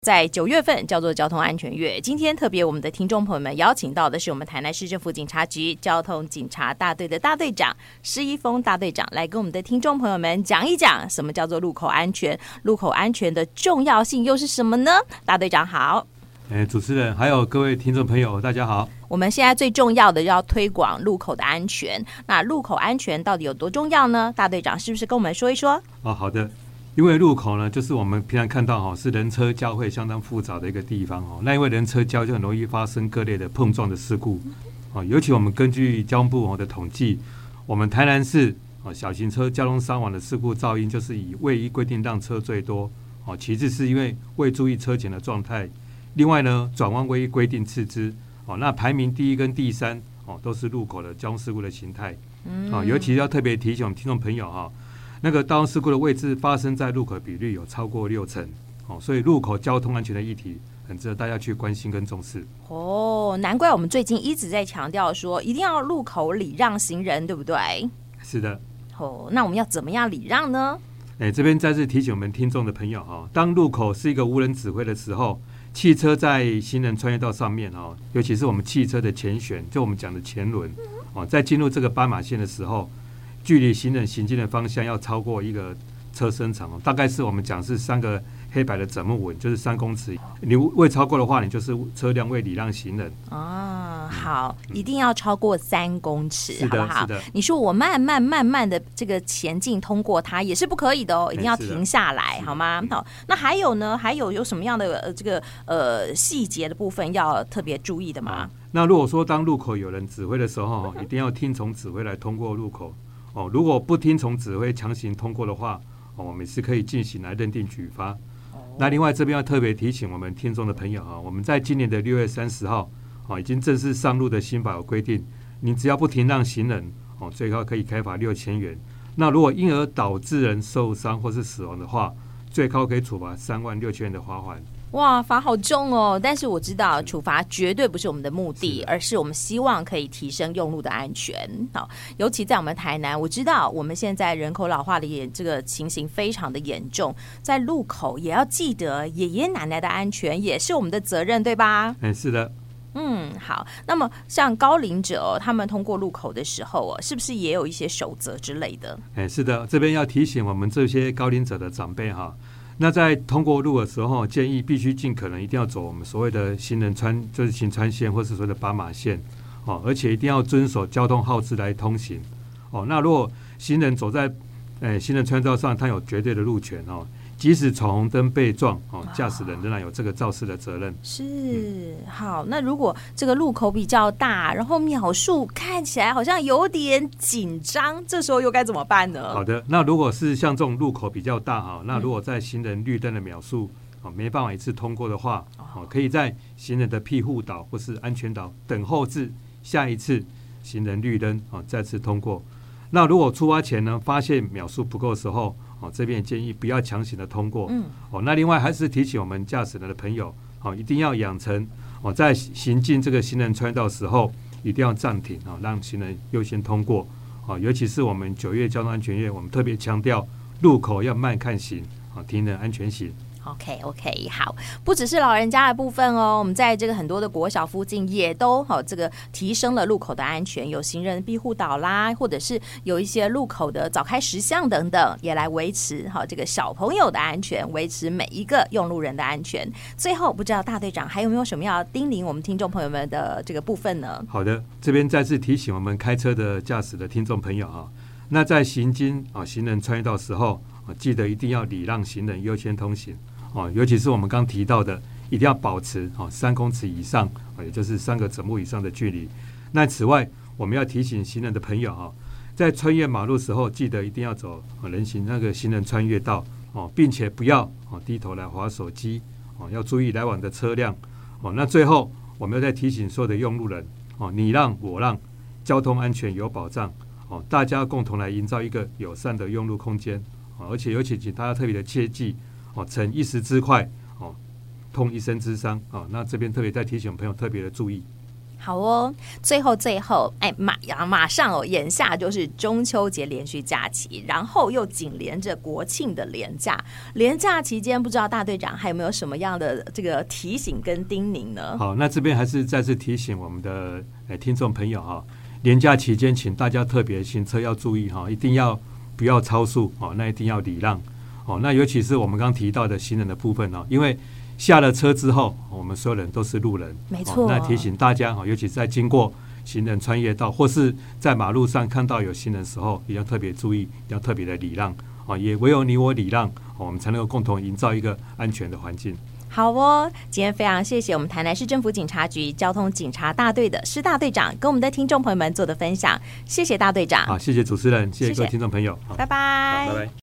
在9月份叫做交通安全月，今天特别我们的听众朋友们邀请到的是我们台南市政府警察局交通警察大队的大队长施一峰大队长，来跟我们的听众朋友们讲一讲什么叫做路口安全，路口安全的重要性又是什么呢？大队长好。 主持人还有各位听众朋友大家好。 我们现在最重要的要推广路口的安全，那路口安全到底有多重要呢？大队长是不是跟我们说一说？ 好的。因为路口呢，就是我们平常看到是人车交汇相当复杂的一个地方那因为人车交就很容易发生各类的碰撞的事故尤其我们根据交通部的统计，我们台南市小型车交通伤亡的事故噪音就是以未依规定让车最多其次是因为未注意车前的状态，另外呢转弯未依规定次之那排名第一跟第三都是路口的交通事故的形态尤其要特别提醒我们听众朋友那个交通事故的位置发生在路口比率有超过60%所以路口交通安全的议题很值得大家去关心跟重视难怪我们最近一直在强调说一定要路口礼让行人，对不对？ 是的那我们要怎么样礼让呢？ 这边再次提醒我们听众的朋友当路口是一个无人指挥的时候，汽车在行人穿越道上面尤其是我们汽车的前悬，就我们讲的前轮在进入这个斑马线的时候，距离行人行进的方向要超过一个车身长大概是我们讲是3个黑白的整木纹，就是3公尺，你未超过的话，你就是车辆未礼让行人好，一定要超过3公尺，好不好？你说我慢慢的这个前进通过它也是不可以的一定要停下来，好吗？好，那还有呢？还有什么样的这个细节的部分要特别注意的吗？ 那如果说当路口有人指挥的时候一定要听从指挥来通过路口如果不听从指挥强行通过的话我们是可以进行来认定举发那另外这边要特别提醒我们听众的朋友我们在今年的6月30号已经正式上路的新法有规定，你只要不停让行人最高可以开罚6000元，那如果因而导致人受伤或是死亡的话，最高可以处罚36000元的罚款。 哇，罚好重但是我知道处罚绝对不是我们的目的，而是我们希望可以提升用路的安全尤其在我们台南，我知道我们现在人口老化的这个情形非常的严重，在路口也要记得爷爷奶奶的安全也是我们的责任，对吧？ 是的。 好，那么像高龄者他们通过路口的时候是不是也有一些守则之类的？ 是的，这边要提醒我们这些高龄者的长辈那在通过路的时候，建议必须尽可能一定要走我们所谓的行人就是行穿线或是所谓的斑马线而且一定要遵守交通号志来通行那如果行人走在行人穿越道上，他有绝对的路权即使闯红灯被撞驾驶人仍然有这个肇事的责任。 是好，那如果这个路口比较大，然后秒数看起来好像有点紧张，这时候又该怎么办呢？ 好的，那如果是像这种路口比较大那如果在行人绿灯的秒数没办法一次通过的话可以在行人的庇护岛或是安全岛等候至下一次行人绿灯再次通过。那如果出发前呢发现秒数不够的时候这边建议不要强行的通过那另外还是提醒我们驾驶人的朋友一定要养成在行进这个行人穿越道的时候一定要暂停让行人优先通过尤其是我们9月交通安全月，我们特别强调路口要慢看行停人安全行。 OK， 好，不只是老人家的部分我们在这个很多的国小附近也都这个提升了路口的安全，有行人庇护岛啦，或者是有一些路口的早开10项等等，也来维持这个小朋友的安全，维持每一个用路人的安全。最后，不知道大队长还有没有什么要叮咛我们听众朋友们的这个部分呢？ 好的，这边再次提醒我们开车的驾驶的听众朋友那在行经行人穿越道的时候记得一定要礼让行人优先通行尤其是我们刚提到的一定要保持3公尺以上也就是3个整木以上的距离。那此外我们要提醒行人的朋友在穿越马路时候记得一定要走人行那个行人穿越道并且不要低头来滑手机要注意来往的车辆那最后我们要再提醒所有的用路人你让我让，交通安全有保障大家共同来营造一个友善的用路空间而且尤其请大家特别的切记逞一时之快痛一生之伤那这边特别再提醒朋友特别的注意。 好哦，最后，哎，马上哦，眼下就是中秋节连续假期，然后又紧连着国庆的连假。连假期间，不知道大队长还有没有什么样的这个提醒跟叮咛呢？ 好，那这边还是再次提醒我们的听众朋友哈，连假期间，请大家特别行车要注意哈，一定要不要超速哦，那一定要礼让哦。那尤其是我们刚提到的行人的部分哦，因为下了车之后，我们所有人都是路人， 没错。 那提醒大家，尤其在经过行人穿越道或是在马路上看到有行人的时候，也要特别注意，要特别的礼让，也唯有你我礼让，我们才能够共同营造一个安全的环境。 好哦，今天非常谢谢我们台南市政府警察局交通警察大队的施大队长跟我们的听众朋友们做的分享，谢谢大队长。 好，谢谢主持人，谢谢各位听众朋友， 拜拜， 拜拜。